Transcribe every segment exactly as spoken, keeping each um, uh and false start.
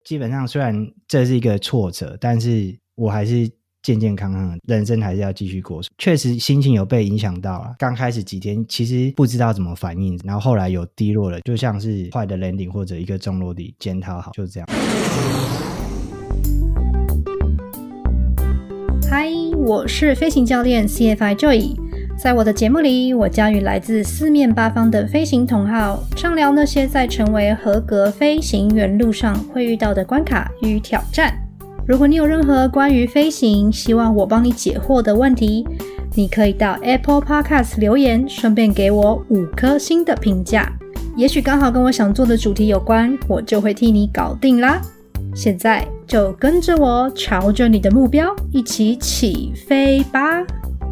基本上虽然这是一个挫折，但是我还是健健康康的，人生还是要继续过。确实心情有被影响到啊，刚开始几天其实不知道怎么反应，然后后来有低落了，就像是坏的 landing 或者一个中落地检讨好，就是这样。 嗨，我是飞行教练 C F I Joy。 在我的节目里，我将与来自四面八方的飞行同好畅聊那些在成为合格飞行员路上会遇到的关卡与挑战。如果你有任何关于飞行希望我帮你解惑的问题，你可以到 Apple Podcast 留言，顺便给我五颗星的评价，也许刚好跟我想做的主题有关，我就会替你搞定啦。现在就跟着我朝着你的目标一起起飞吧。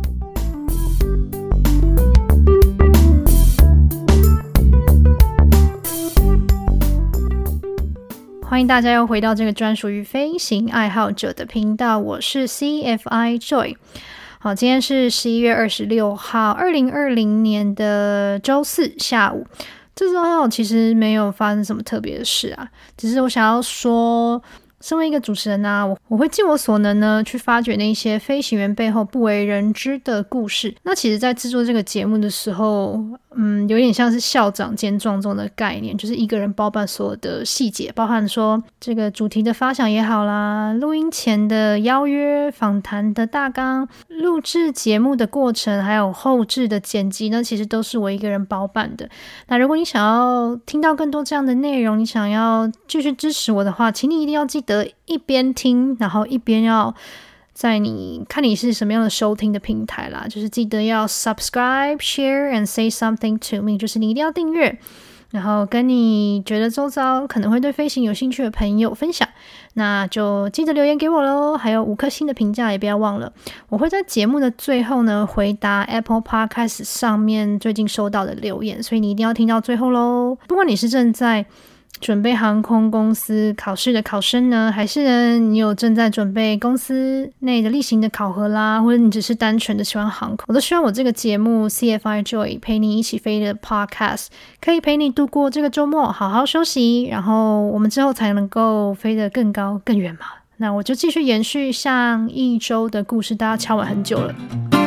欢迎大家又回到这个专属于飞行爱好者的频道，我是 C F I Joy。 好，今天是十一月二十六号二零二零年的周四下午。这周其实没有发生什么特别的事啊，只是我想要说，身为一个主持人啊，我我会尽我所能呢，去发掘那些飞行员背后不为人知的故事。那其实在制作这个节目的时候，嗯，有点像是校长兼撞钟的概念，就是一个人包办所有的细节，包含说这个主题的发想也好啦，录音前的邀约、访谈的大纲、录制节目的过程，还有后制的剪辑呢，其实都是我一个人包办的。那如果你想要听到更多这样的内容，你想要继续支持我的话，请你一定要记得一边听，然后一边要在你看你是什么样的收听的平台啦，就是记得要 subscribe, share and say something to me， 就是你一定要订阅，然后跟你觉得周遭可能会对飞行有兴趣的朋友分享，那就记得留言给我咯，还有五颗星的评价也不要忘了。我会在节目的最后呢回答 Apple Podcast 上面最近收到的留言，所以你一定要听到最后咯。不管你是正在准备航空公司考试的考生呢，还是呢你有正在准备公司内的例行的考核啦，或者你只是单纯的喜欢航空，我都希望我这个节目 C F I Joy 陪你一起飞的 Podcast 可以陪你度过这个周末，好好休息，然后我们之后才能够飞得更高更远嘛。那我就继续延续上一周的故事，大家敲完很久了，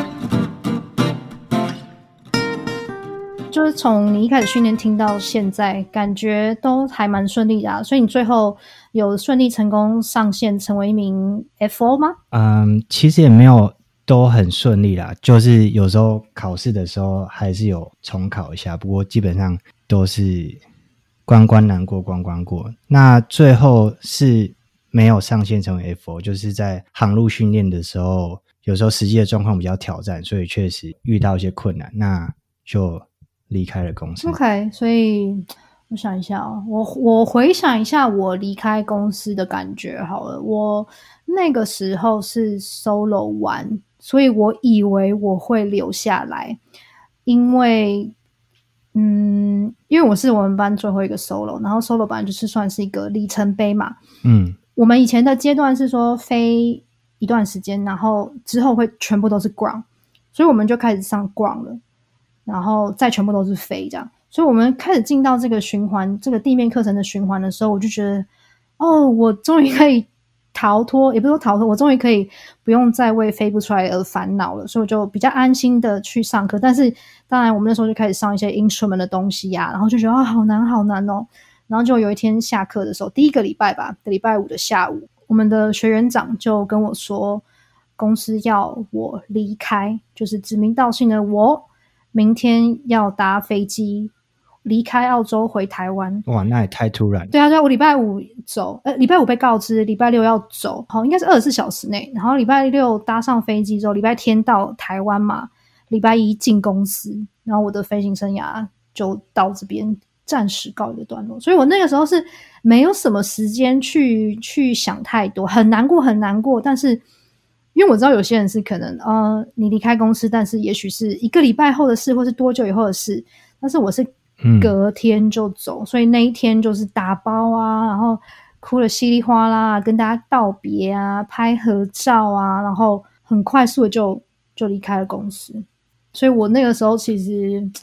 就是从你一开始训练听到现在，感觉都还蛮顺利的啊，所以你最后有顺利成功上线成为一名 F O 吗？ 嗯，其实也没有都很顺利啦，就是有时候考试的时候还是有重考一下，不过基本上都是关关难过关关过。那最后是没有上线成为 F O， 就是在航路训练的时候，有时候实际的状况比较挑战，所以确实遇到一些困难，那就离开了公司。 OK， 所以我想一下哦，我我回想一下我离开公司的感觉好了。我那个时候是 solo 玩，所以我以为我会留下来，因为嗯，因为我是我们班最后一个 solo， 然后 solo 本来就是算是一个里程碑嘛。嗯，我们以前的阶段是说飞一段时间，然后之后会全部都是 ground， 所以我们就开始上 ground 了，然后再全部都是飞这样。所以我们开始进到这个循环，这个地面课程的循环的时候，我就觉得哦，我终于可以逃脱，也不是说逃脱，我终于可以不用再为飞不出来而烦恼了，所以我就比较安心的去上课。但是当然我们那时候就开始上一些 instrument 的东西啊，然后就觉得啊，好难好难哦。然后就有一天下课的时候，第一个礼拜吧，礼拜五的下午，我们的学员长就跟我说，公司要我离开，就是指名道姓的我明天要搭飞机离开澳洲回台湾。 哇，那也太突然。 对啊，对啊，我礼拜五走，呃，礼拜五被告知礼拜六要走，好，应该是二十四小时内。然后礼拜六搭上飞机之后，礼拜天到台湾嘛，礼拜一进公司，然后我的飞行生涯就到这边暂时告一个段落。所以我那个时候是没有什么时间去去想太多，很难过很难过。但是因为我知道有些人是可能呃，你离开公司，但是也许是一个礼拜后的事，或是多久以后的事，但是我是隔天就走、嗯、所以那一天就是打包啊，然后哭了稀里哗啦，跟大家道别啊，拍合照啊，然后很快速的就就离开了公司。所以我那个时候其实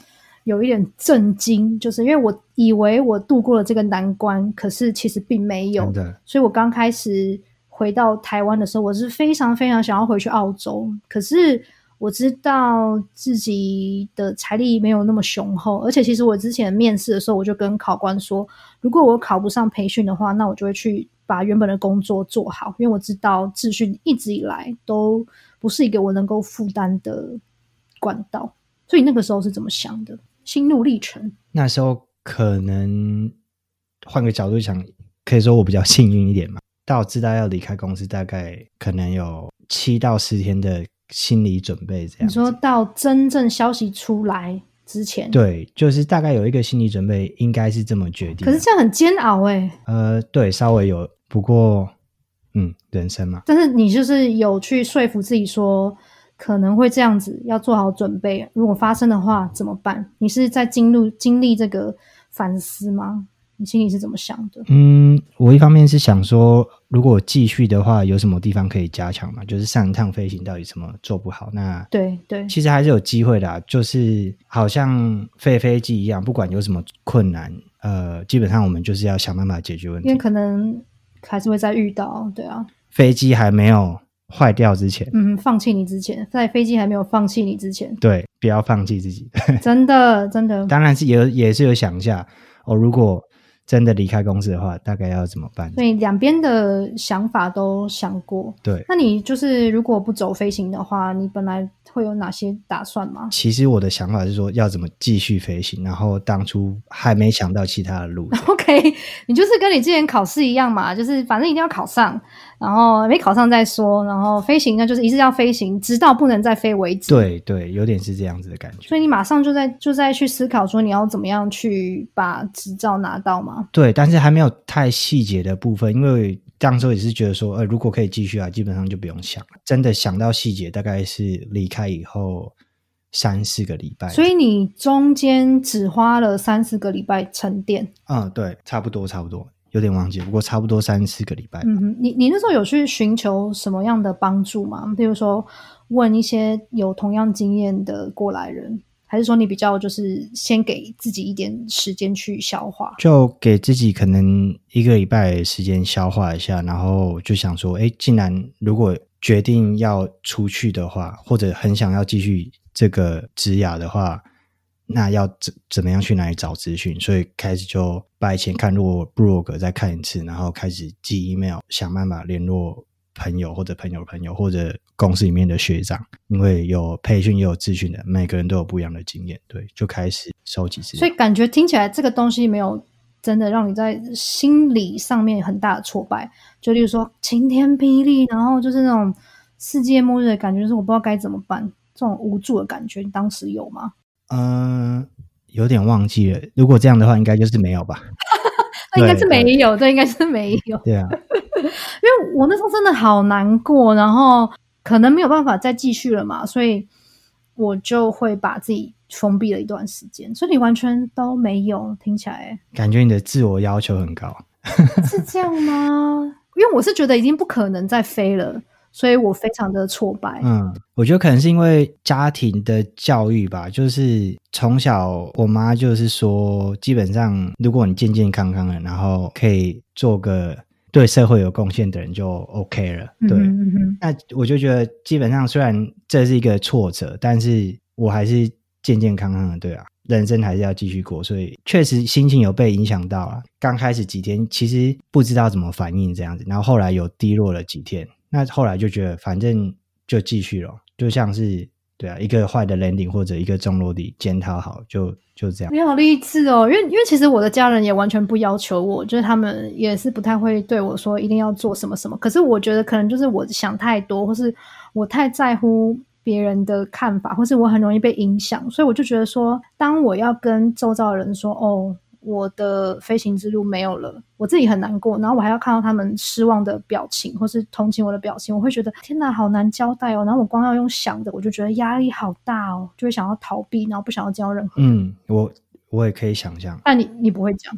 有一点震惊，就是因为我以为我度过了这个难关，可是其实并没有。 真的， 所以我刚开始回到台湾的时候，我是非常非常想要回去澳洲，可是我知道自己的财力没有那么雄厚，而且其实我之前面试的时候，我就跟考官说，如果我考不上培训的话，那我就会去把原本的工作做好，因为我知道智训一直以来都不是一个我能够负担的管道。所以那个时候是怎么想的？心路历程。 那时候可能换个角度想，可以说我比较幸运一点嘛。到知道要离开公司，大概可能有七到十天的心理准备这样子。 你说到真正消息出来之前？ 对，就是大概有一个心理准备，应该是这么决定。 可是这样很煎熬欸。 呃，对，稍微有，不过嗯，人生嘛。 但是你就是有去说服自己说可能会这样子，要做好准备，如果发生的话怎么办？你是在经历经历这个反思吗？你心里是怎么想的？ 嗯，我一方面是想说，如果继续的话，有什么地方可以加强嘛？就是上一趟飞行到底什么做不好？那对对， 其实还是有机会的啊，就是好像飞飞机一样，不管有什么困难，呃，基本上我们就是要想办法解决问题。 因为可能还是会再遇到，对啊。 飞机还没有坏掉之前， 嗯，放弃你之前，在飞机还没有放弃你之前， 对，不要放弃自己。 真的真的， 当然是也也是有想一下哦，如果真的离开公司的话，大概要怎么办？ 所以两边的想法都想过。 对， 那你就是如果不走飞行的话，你本来会有哪些打算吗？ 其实我的想法是说要怎么继续飞行，然后当初还没想到其他的路。 OK， 你就是跟你之前考试一样嘛，就是反正一定要考上，然后没考上再说，然后飞行呢就是一直要飞行，直到不能再飞为止。 对对，有点是这样子的感觉。 所以你马上就在就在去思考说你要怎么样去把执照拿到吗？ 对，但是还没有太细节的部分，因为当时也是觉得说，呃，如果可以继续啊，基本上就不用想了。真的想到细节，大概是离开以后三四个礼拜。 所以你中间只花了三四个礼拜沉淀。 嗯，对，差不多差不多，有点忘记，不过差不多三四个礼拜。 嗯哼，你你那时候有去寻求什么样的帮助吗？比如说问一些有同样经验的过来人，还是说你比较就是先给自己一点时间去消化？ 就给自己可能一个礼拜的时间消化一下，然后就想说，诶，既然如果决定要出去的话，或者很想要继续这个职涯的话，那要怎怎么样去哪里找资讯？所以开始就把以前看过部落格再看一次，然后开始寄 email 想办法联络朋友或者朋友的朋友或者公司里面的学长，因为有培训也有咨询的，每个人都有不一样的经验，对，就开始收集资料。 所以感觉听起来这个东西没有真的让你在心理上面很大的挫败，就例如说晴天霹雳，然后就是那种世界末日的感觉，就是我不知道该怎么办，这种无助的感觉，你当时有吗？ 嗯、呃，有点忘记了，如果这样的话应该就是没有吧。 那应该是没有，这应该是没有。 对啊， 因为我那时候真的好难过，然后可能没有办法再继续了嘛，所以我就会把自己封闭了一段时间。所以你完全都没有，听起来感觉你的自我要求很高。 是这样吗？因为我是觉得已经不可能再飞了，所以我非常的挫败。 嗯，我觉得可能是因为家庭的教育吧，就是从小我妈就是说，基本上如果你健健康康的，然后可以做个对社会有贡献的人就 OK 了。对， 嗯哼嗯哼， 那我就觉得基本上虽然这是一个挫折，但是我还是健健康康的，对啊，人生还是要继续过，所以确实心情有被影响到啊。刚开始几天其实不知道怎么反应这样子，然后后来有低落了几天，那后来就觉得反正就继续了，就像是对啊，一个坏的 landing 或者一个中落地检讨好，就就这样。 你好励志哦！因为因为其实我的家人也完全不要求我，就是他们也是不太会对我说一定要做什么什么。可是我觉得可能就是我想太多，或是我太在乎别人的看法，或是我很容易被影响，所以我就觉得说，当我要跟周遭的人说哦，我的飞行之路没有了，我自己很难过，然后我还要看到他们失望的表情或是同情我的表情，我会觉得天哪，好难交代哦。然后我光要用想的，我就觉得压力好大哦，就会想要逃避，然后不想要见到任何人。 嗯，我我也可以想象。 但你你不会讲，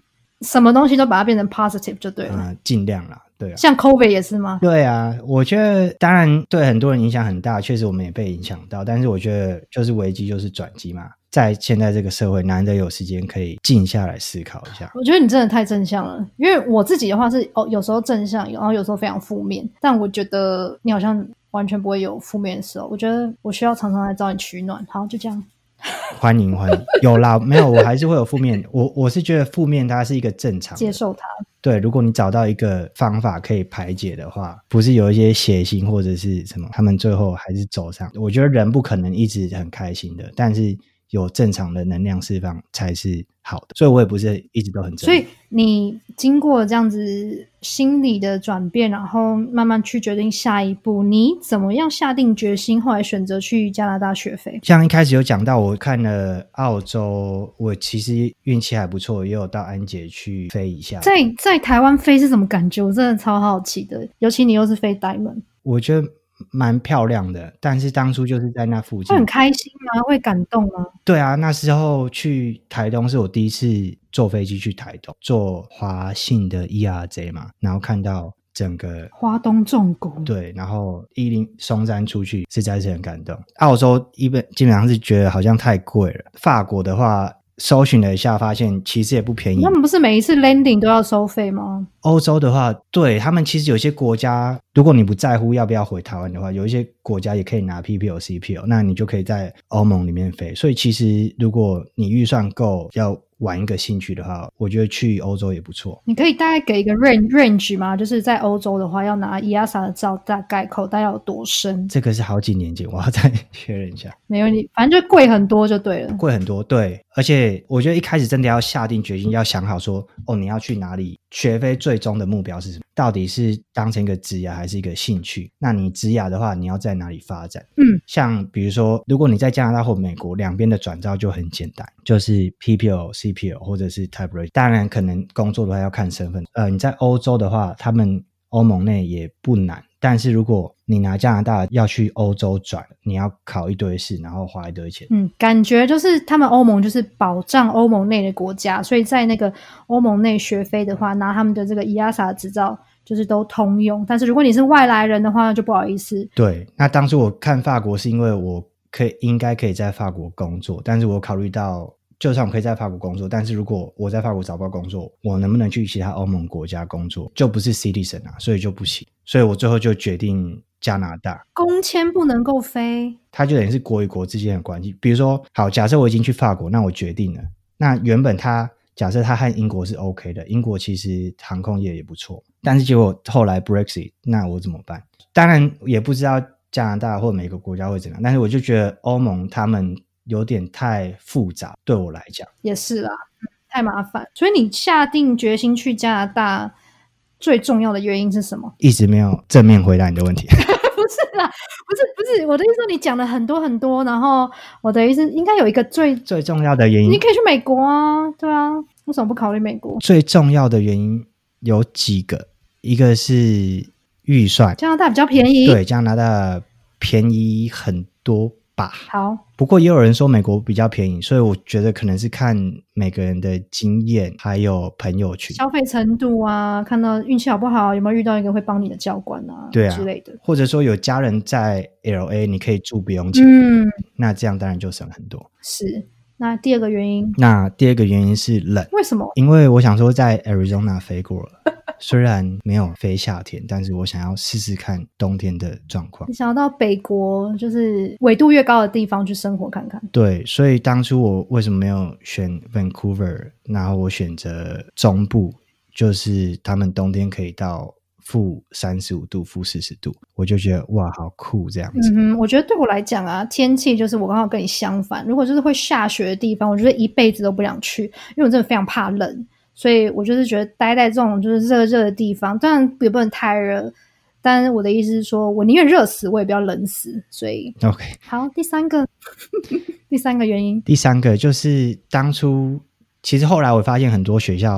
什么东西都把它变成 positive 就对了。 呃，尽量啦，对啊。 像 COVID 也是吗？ 对啊，我觉得当然对很多人影响很大，确实我们也被影响到，但是我觉得就是危机就是转机嘛，在现在这个社会难得有时间可以静下来思考一下。 我觉得你真的太正向了，因为我自己的话是哦，有时候正向，然后有时候非常负面，但我觉得你好像完全不会有负面的时候，我觉得我需要常常来找你取暖。好，就这样。 欢迎欢迎，有啦，没有我还是会有负面，我我是觉得负面它是一个正常的， 接受它。 对，如果你找到一个方法可以排解的话，不是有一些血腥或者是什么，他们最后还是走上。我觉得人不可能一直很开心的，但是有正常的能量释放才是好的，所以我也不是一直都很正。 所以你经过这样子心理的转变，然后慢慢去决定下一步，你怎么样下定决心后来选择去加拿大学飞？ 像一开始有讲到我看了澳洲，我其实运气还不错，也有到安捷去飞一下。 在在台湾飞是什么感觉？我真的超好奇的，尤其你又是飞 Diamond。 我觉得蛮漂亮的，但是当初就是在那附近。 会很开心吗？会感动吗？ 对啊，那时候去台东是我第一次坐飞机去台东，坐华信的 E R J 嘛，然后看到整个花东纵谷， 对，然后一零松山出去实在是很感动。澳洲一本基本上是觉得好像太贵了，法国的话搜寻了一下发现其实也不便宜。 他们不是每一次 landing 都要收费吗？ 欧洲的话，对，他们其实有些国家，如果你不在乎要不要回台湾的话，有一些国家也可以拿 P P L C P L， 那你就可以在欧盟里面飞。所以其实如果你预算够要玩一个兴趣的话，我觉得去欧洲也不错。 你可以大概给一个 range range 吗？就是在欧洲的话要拿 E A S A 的照大概口袋要有多深？ 这个是好几年前，我要再确认一下。 没问题，反正就贵很多就对了。 贵很多，对。而且我觉得一开始真的要下定决心，要想好说，哦，你要去哪里，学飞最终的目标是什么？到底是当成一个职业还是一个兴趣？那你职业的话，你要在哪里发展？ 嗯， 像比如说，如果你在加拿大或美国，两边的转照就很简单，就是 P P L、C P L 或者是 Type Rating。当然，可能工作的话要看身份。呃，你在欧洲的话，他们欧盟内也不难。但是如果你拿加拿大要去欧洲转，你要考一堆试，然后花一堆钱。 嗯，感觉就是他们欧盟就是保障欧盟内的国家，所以在那个欧盟内学飞的话，拿他们的这个 E A S A 的执照就是都通用。但是如果你是外来人的话，那就不好意思。 对，那当初我看法国是因为我可以应该可以在法国工作，但是我考虑到就算我可以在法国工作，但是如果我在法国找不到工作，我能不能去其他欧盟国家工作，就不是 citizen 啊，所以就不行。所以我最后就决定加拿大。 工签不能够飞， 它就等于是国与国之间的关系。比如说，好，假设我已经去法国，那我决定了，那原本它假设它和英国是 OK 的，英国其实航空业也不错，但是结果后来 Brexit， 那我怎么办？当然也不知道加拿大或每个国家会怎样，但是我就觉得欧盟他们有点太复杂，对我来讲也是啦，太麻烦。所以你下定决心去加拿大最重要的原因是什么？ 一直没有正面回答你的问题。 不是啦，不是不是，我的意思说你讲了很多很多，然后我的意思应该有一个最最重要的原因， 你可以去美国啊，对啊，为什么不考虑美国？ 最重要的原因有几个，一个是预算， 加拿大比较便宜， 对，加拿大便宜很多吧。 好， 不过也有人说美国比较便宜，所以我觉得可能是看每个人的经验还有朋友群消费程度啊，看到运气好不好，有没有遇到一个会帮你的教官啊， 对啊之类的， 或者说有家人在 L A 你可以住不用钱， 嗯， 那这样当然就省很多。 是。那第二个原因， 那第二个原因是冷， 为什么？ 因为我想说在 Arizona 飞过了虽然没有飞夏天，但是我想要试试看冬天的状况。 你想要到北国，就是纬度越高的地方去生活看看。 对，所以当初我为什么没有选 Vancouver， 然后我选择中部，就是他们冬天可以到负三十五度、负四十度，我就觉得哇，好酷这样子。 嗯哼，我觉得对我来讲啊，天气就是我刚好跟你相反。如果就是会下雪的地方，我觉得一辈子都不想去，因为我真的非常怕冷。所以我就是觉得待在这种就是热热的地方，当然也不能太热，但是我的意思是说我宁愿热死我也不要冷死。所以 OK， 好，第三个第三个原因， 第三个就是当初其实后来我发现很多学校应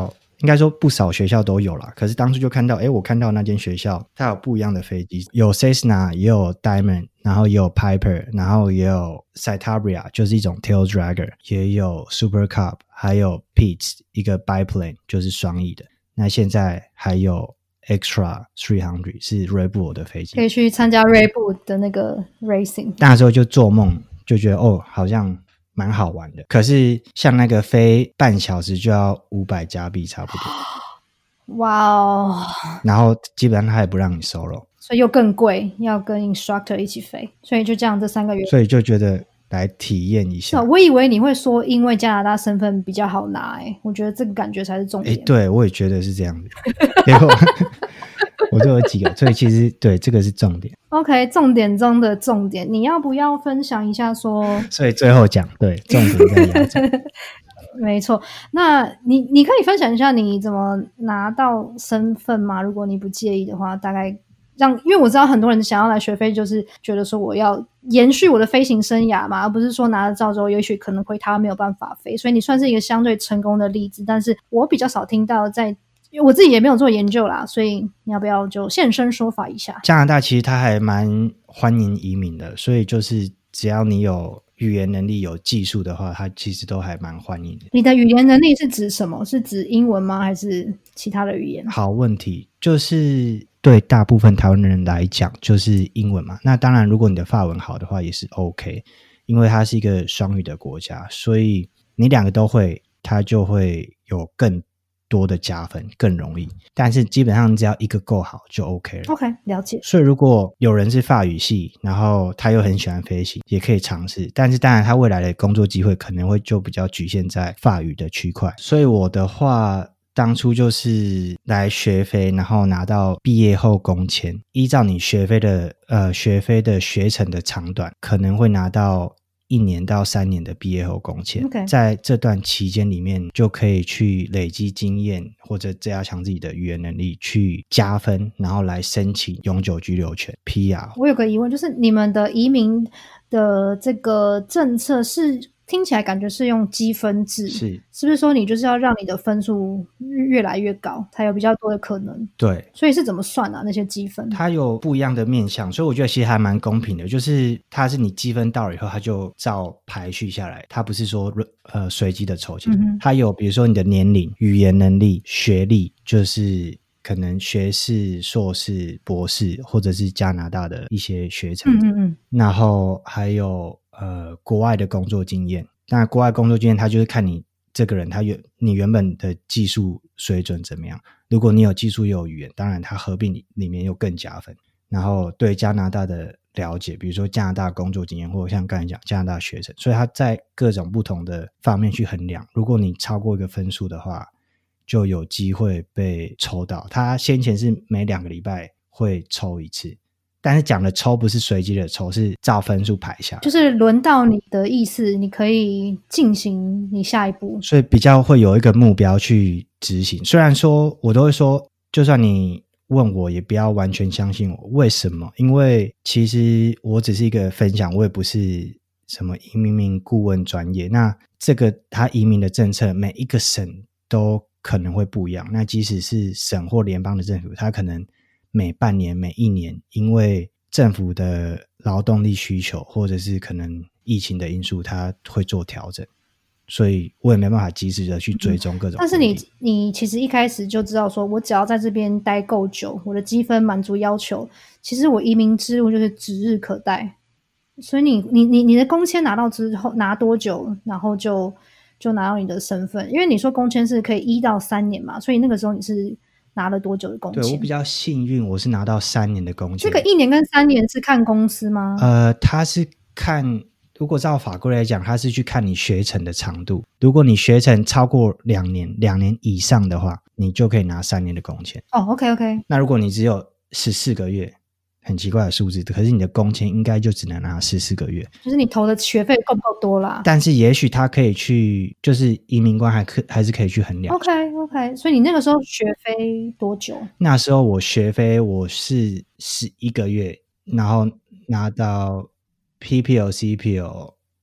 应该说不少学校都有啦，可是当初就看到诶我看到那间学校它有不一样的飞机，有 Cessna 也有 Diamond， 然后也有 Piper， 然后也有 Citabria 就是一种 tail dragger， 也有 Super Cub， 还有 Pitts 一个 biplane 就是双翼的，那现在还有 Extra 三百是 Red Bull 的飞机， 可以去参加 Red Bull 的那个 racing。 那时候就做梦就觉得哦好像蛮好玩的，可是像那个飞半小时就要五百加币差不多， 哇哦， 然后基本上他也不让你 solo， 所以又更贵，要跟 instructor 一起飞，所以就这样这三个月， 所以就觉得来体验一下。 我以为你会说因为加拿大身份比较好拿，欸，我觉得这个感觉才是重点。 诶对，我也觉得是这样子结果我就有几个，所以其实对这个是重点。 OK， 重点中的重点，你要不要分享一下说， 所以最后讲对重点在亚洲没错，那你你可以分享一下你怎么拿到身份吗？如果你不介意的话，大概让，因为我知道很多人想要来学飞就是觉得说我要延续我的飞行生涯嘛，而不是说拿了照之后也许可能回台湾没有办法飞，所以你算是一个相对成功的例子，但是我比较少听到，在因为我自己也没有做研究啦，所以你要不要就现身说法一下？ 加拿大其实它还蛮欢迎移民的，所以就是只要你有语言能力有技术的话，它其实都还蛮欢迎的。 你的语言能力是指什么？是指英文吗？还是其他的语言？ 好问题，就是对大部分台湾人来讲就是英文嘛，那当然如果你的法文好的话也是 OK， 因为它是一个双语的国家，所以你两个都会它就会有更多的加分，更容易，但是基本上只要一个够好就 OK 了。 OK， 了解。 所以如果有人是法语系，然后他又很喜欢飞行，也可以尝试，但是当然他未来的工作机会可能会就比较局限在法语的区块。所以我的话当初就是来学飞，然后拿到毕业后工签，依照你学飞的呃学飞的学程的长短，可能会拿到一年到三年的毕业后工签。 Okay. 在这段期间里面就可以去累积经验，或者加强自己的语言能力去加分，然后来申请永久居留权 P R。 我有个疑问，就是你们的移民的这个政策是听起来感觉是用积分制， 是是不是说你就是要让你的分数越来越高才有比较多的可能？ 对， 所以是怎么算啊那些积分？ 它有不一样的面向，所以我觉得其实还蛮公平的，就是它是你积分到了以后它就照排序下来，它不是说呃随机的抽签、嗯、它有比如说你的年龄、语言能力、学历，就是可能学士、硕士、博士，或者是加拿大的一些学程，嗯嗯嗯，然后还有呃国外的工作经验。那国外工作经验它就是看你这个人他原你原本的技术水准怎么样，如果你有技术又有语言，当然它合并里面又更加分。然后对加拿大的了解，比如说加拿大工作经验，或者像刚才讲加拿大学程，所以它在各种不同的方面去衡量，如果你超过一个分数的话就有机会被抽到。它先前是每两个礼拜会抽一次，但是讲的抽不是随机的抽，是照分数排下来， 就是轮到你的意思，你可以进行你下一步， 所以比较会有一个目标去执行。虽然说我都会说就算你问我也不要完全相信我，为什么？因为其实我只是一个分享，我也不是什么移民顾问专业，那这个他移民的政策每一个省都可能会不一样，那即使是省或联邦的政府，他可能每半年每一年因为政府的劳动力需求或者是可能疫情的因素他会做调整，所以我也没办法及时的去追踪各种、嗯、 但是你你其实一开始就知道说我只要在这边待够久，我的积分满足要求，其实我移民之路就是指日可待。所以你你你你的工签拿到之后拿多久然后就就拿到你的身份？因为你说工签是可以一到三年嘛，所以那个时候你是拿了多久的工签？ 对，我比较幸运，我是拿到三年的工签。 这个一年跟三年是看公司吗？ 呃，他是看，如果照法规来讲，他是去看你学程的长度。如果你学程超过两年，两年以上的话，你就可以拿三年的工签。 哦 ，OK OK。 那如果你只有十四个月，很奇怪的数字，可是你的工签应该就只能拿十四个月， 就是你投的学费够不够多啦？ 但是也许他可以去，就是移民官还可还是可以去衡量。 OK OK， 所以你那个时候学费多久？ 那时候我学费我是十一个月，然后拿到 P P L C P L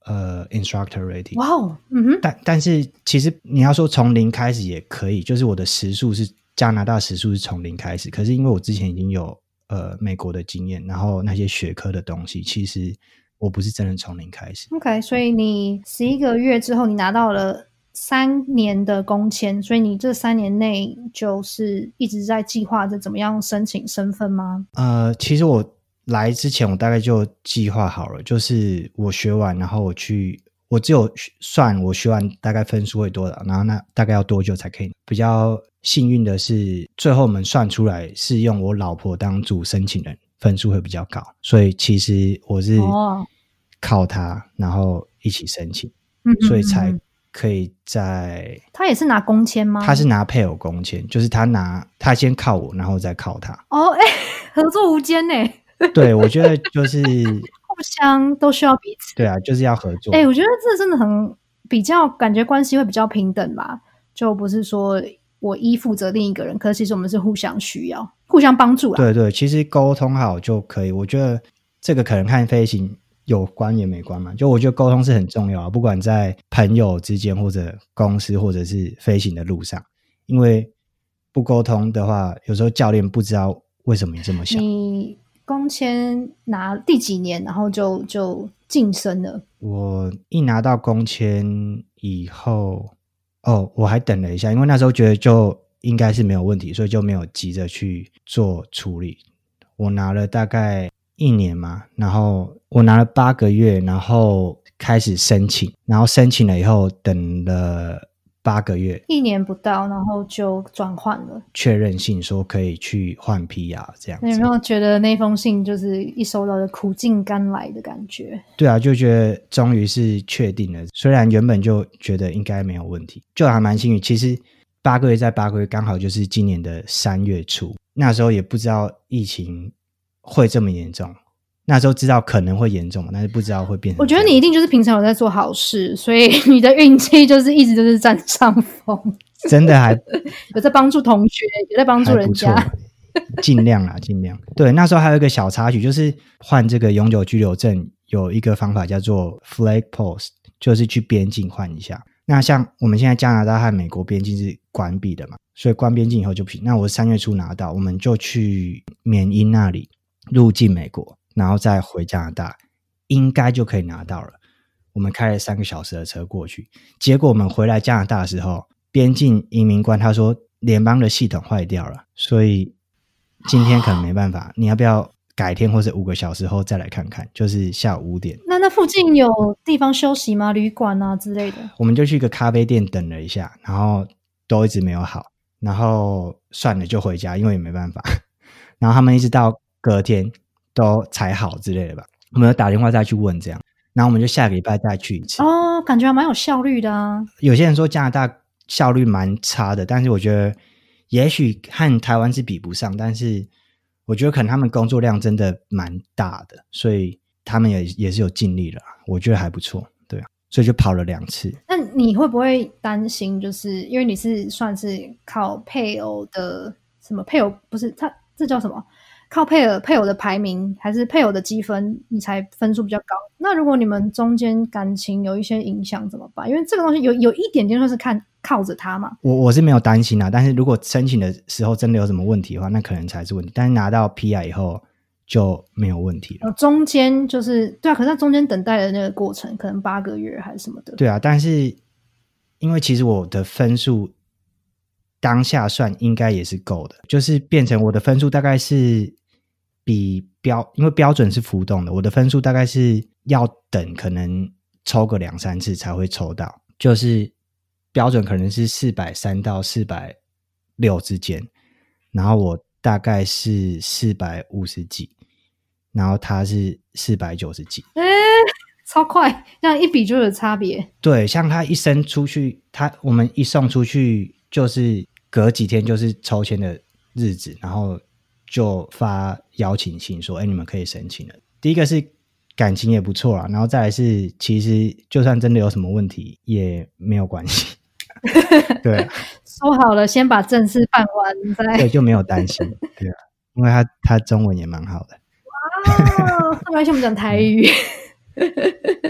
呃 instructor rating。 哇哦，嗯哼， 但但是其实你要说从零开始也可以，就是我的时数是加拿大时数是从零开始，可是因为我之前已经有呃美国的经验，然后那些学科的东西，其实我不是真的从零开始。 OK， 所以你十一个月之后，你拿到了三年的工签，所以你这三年内就是一直在计划着怎么样申请身份吗？ 呃，其实我来之前我大概就计划好了，就是我学完，然后我去，我只有算我学完大概分数会多少，然后那大概要多久才可以。比较幸运的是，最后我们算出来是用我老婆当主申请人，分数会比较高，所以其实我是靠她，然后一起申请， 嗯， 所以才可以在。 他也是拿工签吗？ 他是拿配偶工签，就是他拿他先靠我，然后再靠他。 哦，哎、欸，合作无间呢。 对，我觉得就是互相都需要彼此。 对啊，就是要合作。 哎、欸，我觉得这真的很比较，感觉关系会比较平等吧，就不是说我依附着另一个人，可是其实我们是互相需要、互相帮助啦。 对对，其实沟通好就可以。我觉得这个可能和飞行有关也没关嘛，就我觉得沟通是很重要，不管在朋友之间或者公司或者是飞行的路上，因为不沟通的话，有时候教练不知道为什么你这么想。 你工签拿第几年，然后就就晋升了？ 我一拿到工签以后，哦，我还等了一下，因为那时候觉得就应该是没有问题，所以就没有急着去做处理。我拿了大概一年嘛，然后我拿了八个月，然后开始申请，然后申请了以后等了八个月， 一年不到，然后就转换了， 确认信说可以去换 P R 这样子。 你有没有觉得那封信就是一收到的苦尽甘来的感觉？ 对啊，就觉得终于是确定了，虽然原本就觉得应该没有问题，就还蛮幸运。其实八个月在八个月刚好就是今年的三月初，那时候也不知道疫情会这么严重，那时候知道可能会严重，但是不知道会变成。 我觉得你一定就是平常有在做好事，所以你的运气就是一直就是占上风。 真的还有在帮助同学，有在帮助人家， 尽量啦，尽量。对，那时候还有一个小插曲，就是换这个永久居留证有一个方法叫做 flag post， 就是去边境换一下。那像我们现在加拿大和美国边境是关闭的嘛，所以关边境以后就不行。那我三月初拿到，我们就去缅因那里入境美国，然后再回加拿大，应该就可以拿到了。我们开了三个小时的车过去，结果我们回来加拿大的时候，边境移民官他说联邦的系统坏掉了，所以今天可能没办法，你要不要改天或者五个小时后再来看看，就是下午五点。 那那附近有地方休息吗？旅馆啊之类的？ 我们就去一个咖啡店等了一下，然后都一直没有好，然后算了就回家，因为也没办法。然后他们一直到隔天都才好之类的吧，我们有打电话再去问这样，然后我们就下个礼拜再去一次。 哦，感觉还蛮有效率的啊。 有些人说加拿大效率蛮差的，但是我觉得也许和台湾是比不上，但是我觉得可能他们工作量真的蛮大的，所以他们也也是有尽力了，我觉得还不错，对啊，所以就跑了两次。 那你会不会担心，就是因为你是算是靠配偶的什么配偶不是他这叫什么？靠配偶配偶的排名还是配偶的积分，你才分数比较高。那如果你们中间感情有一些影响怎么办？因为这个东西有有一点点就是看靠着他嘛。 我我是没有担心啦，但是如果申请的时候真的有什么问题的话，那可能才是问题。但是拿到 P R 以后就没有问题了。 中间就是对啊，可是在中间等待的那个过程，可能八个月还是什么的。 对啊，但是因为其实我的分数当下算应该也是够的，就是变成我的分数大概是比标，因为标准是浮动的，我的分数大概是要等可能抽个两三次才会抽到，就是标准可能是四百三到四百六之间，然后我大概是四百五十几，然后他是四百九十几。 诶超快，这样一比就有差别。 对，像他一升出去，他我们一送出去就是隔几天就是抽签的日子，然后就发邀请信说哎，你们可以申请了。第一个是感情也不错啦，然后再来是其实就算真的有什么问题也没有关系。对啊， 说好了先把正事办完再对，就没有担心。对啊，因为他他中文也蛮好的。 哇，没关系，我们讲台语。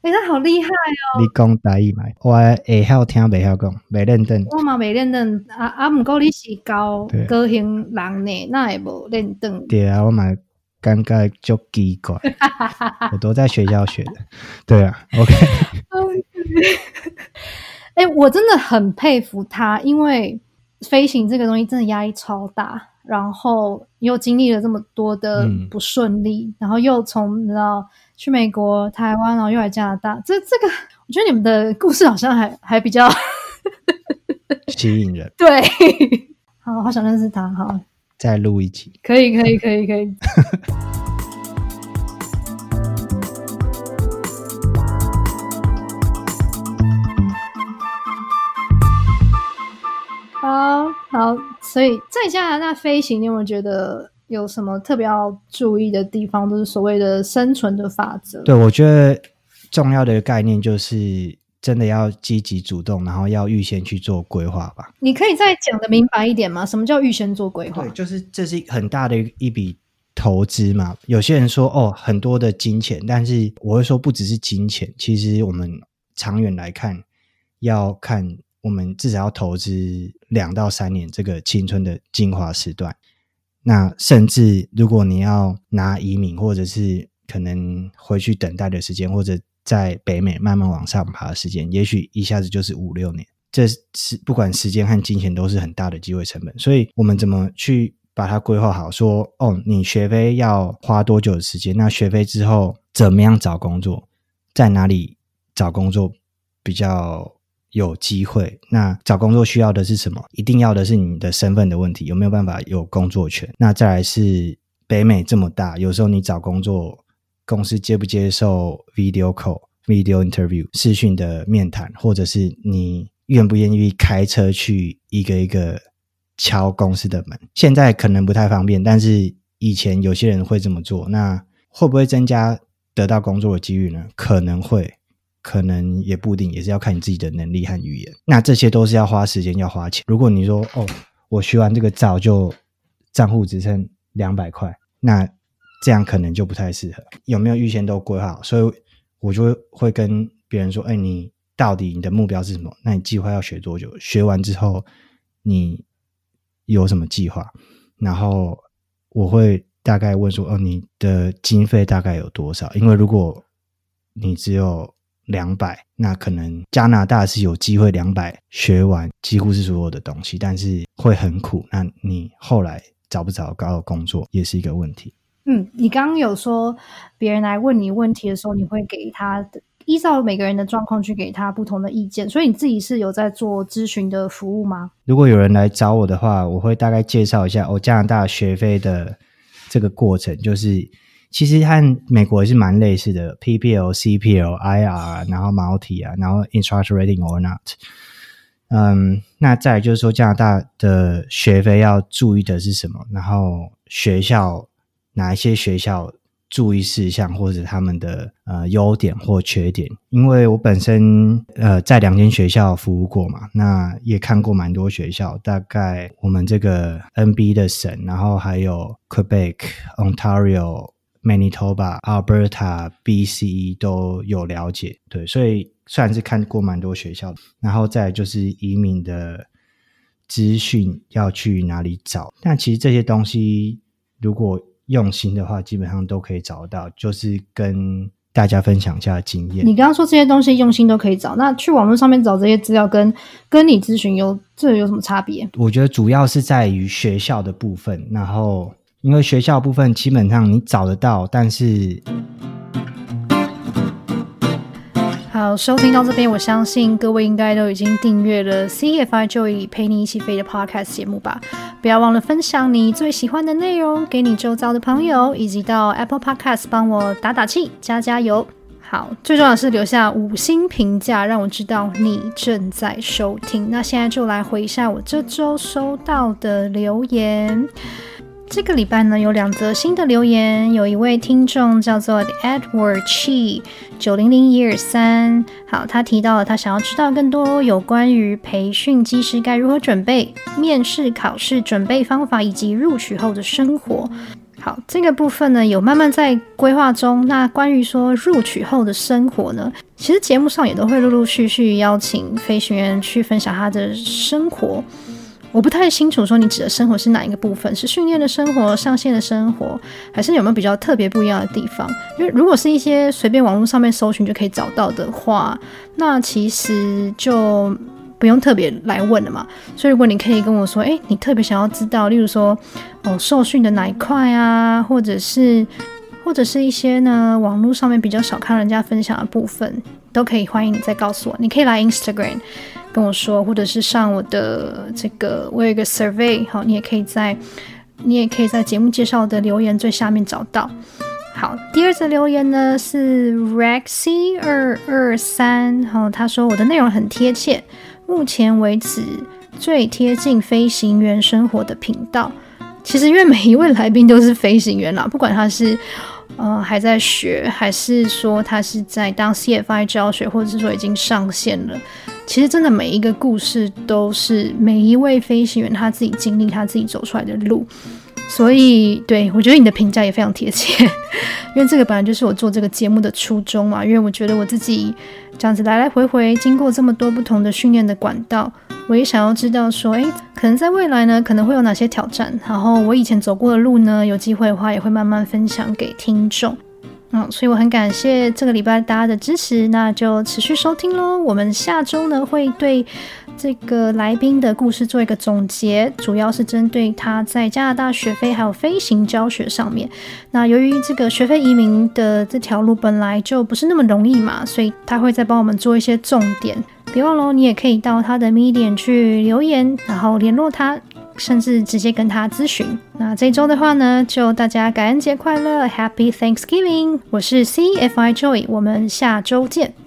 哎、欸，他好厉害哦！ 你讲台语嘛？我会晓听，袂晓讲，袂认真。 我嘛袂认真，啊啊！不过你是高高雄人呢，那也无认真。 对啊，我嘛感觉就奇怪，我都在学校学的。对啊 ，OK。 哎、欸，我真的很佩服他，因为飞行这个东西真的压力超大，然后又经历了这么多的不顺利，嗯、然后又从你知道去美国、台湾，然后又来加拿大，这这个我觉得你们的故事好像还还比较吸引人。 对，好好想认识他，好， 再录一集， 可以，可以，可以，可以。好好，所以在加拿大飞行，你有没有觉得有什么特别要注意的地方？都是所谓的生存的法则。 对，我觉得重要的概念就是真的要积极主动，然后要预先去做规划吧。 你可以再讲的明白一点吗？什么叫预先做规划？ 对，就是这是很大的一笔投资嘛。有些人说哦，很多的金钱，但是我会说不只是金钱，其实我们长远来看，要看我们至少要投资两到三年这个青春的精华时段。那甚至如果你要拿移民，或者是可能回去等待的时间，或者在北美慢慢往上爬的时间，也许一下子就是五六年。这是不管时间和金钱都是很大的机会成本。所以我们怎么去把它规划好，说哦，你学飞要花多久的时间，那学飞之后怎么样找工作，在哪里找工作比较有机会，那找工作需要的是什么？一定要的是你的身份的问题，有没有办法有工作权？那再来是北美这么大，有时候你找工作公司接不接受 video call video interview 视讯的面谈，或者是你愿不愿意开车去一个一个敲公司的门。现在可能不太方便，但是以前有些人会这么做。那会不会增加得到工作的机遇呢？可能会，可能也不一定，也是要看你自己的能力和语言。那这些都是要花时间要花钱。如果你说哦，我学完这个照就账户只剩两百块，那这样可能就不太适合。有没有预先都规划好？所以我就会跟别人说，哎，你到底你的目标是什么？那你计划要学多久？学完之后你有什么计划？然后我会大概问说，哦，你的经费大概有多少？因为如果你只有两百，那可能加拿大是有机会两百学完几乎是所有的东西，但是会很苦。那你后来找不找高的工作也是一个问题。 嗯，你刚刚有说别人来问你问题的时候，你会给他的依照每个人的状况去给他不同的意见，所以你自己是有在做咨询的服务吗？ 如果有人来找我的话，我会大概介绍一下哦，加拿大学费的这个过程，就是其实和美国也是蛮类似的 ，P P L、C P L、I R， 然后 Multi 啊，然后 Instructor Rating or Not。嗯，那再来就是说加拿大的学费要注意的是什么，然后学校哪一些学校注意事项，或者他们的呃优点或缺点。因为我本身呃在两间学校服务过嘛，那也看过蛮多学校，大概我们这个 N B 的省，然后还有 Quebec、Ontario、Manitoba、Alberta、B C 都有了解。对，所以算是看过蛮多学校的。然后再来就是移民的资讯要去哪里找，但其实这些东西如果用心的话基本上都可以找到，就是跟大家分享一下经验。 你刚刚说这些东西用心都可以找，那去网络上面找这些资料跟跟你咨询有这有什么差别？ 我觉得主要是在于学校的部分，然后因为学校的部分基本上你找得到，但是好，收听到这边，我相信各位应该都已经订阅了 C F I Joy 陪你一起飞的 Podcast 节目吧。不要忘了分享你最喜欢的内容给你周遭的朋友，以及到 Apple Podcast 帮我打打气加加油。好，最重要的是留下五星评价，让我知道你正在收听。那现在就来回一下我这周收到的留言。这个礼拜呢有两则新的留言，有一位听众叫做 Edward Chi 九零零一二三，好，他提到了他想要知道更多有关于培训机师该如何准备、面试考试准备方法以及录取后的生活。 好，这个部分呢有慢慢在规划中。那关于说录取后的生活呢，其实节目上也都会陆陆续续邀请飞行员去分享他的生活。我不太清楚说你指的生活是哪一个部分，是训练的生活、上线的生活，还是有没有比较特别不一样的地方？因为如果是一些随便网络上面搜寻就可以找到的话，那其实就不用特别来问了嘛。所以如果你可以跟我说，哎，你特别想要知道，例如说哦受训的哪一块啊，或者是或者是一些呢网络上面比较少看人家分享的部分，都可以欢迎你再告诉我。你可以来 Instagram 跟我说，或者是上我的这个，我有一个 survey， 好，你也可以在你也可以在节目介绍的留言最下面找到。好，第二则留言呢是 Rexy 二二三，好，他说我的内容很贴切，目前为止最贴近飞行员生活的频道。其实因为每一位来宾都是飞行员啦，不管他是呃还在学，还是说他是在当 C F I 教学，或者是说已经上线了，其实真的每一个故事都是每一位飞行员他自己经历，他自己走出来的路。所以对，我觉得你的评价也非常贴切，因为这个本来就是我做这个节目的初衷嘛。因为我觉得我自己这样子来来回回经过这么多不同的训练的管道，我也想要知道说，诶，可能在未来呢可能会有哪些挑战，然后我以前走过的路呢，有机会的话也会慢慢分享给听众。嗯，所以我很感谢这个礼拜大家的支持，那就持续收听咯。我们下周呢会对这个来宾的故事做一个总结，主要是针对他在加拿大学飞还有飞行教学上面。那由于这个学飞移民的这条路本来就不是那么容易嘛，所以他会再帮我们做一些重点。别忘了你也可以到他的 Medium 去留言，然后联络他，甚至直接跟他咨询。那这周的话呢，就大家感恩节快乐 Happy Thanksgiving， 我是 C F I Joy， 我们下周见。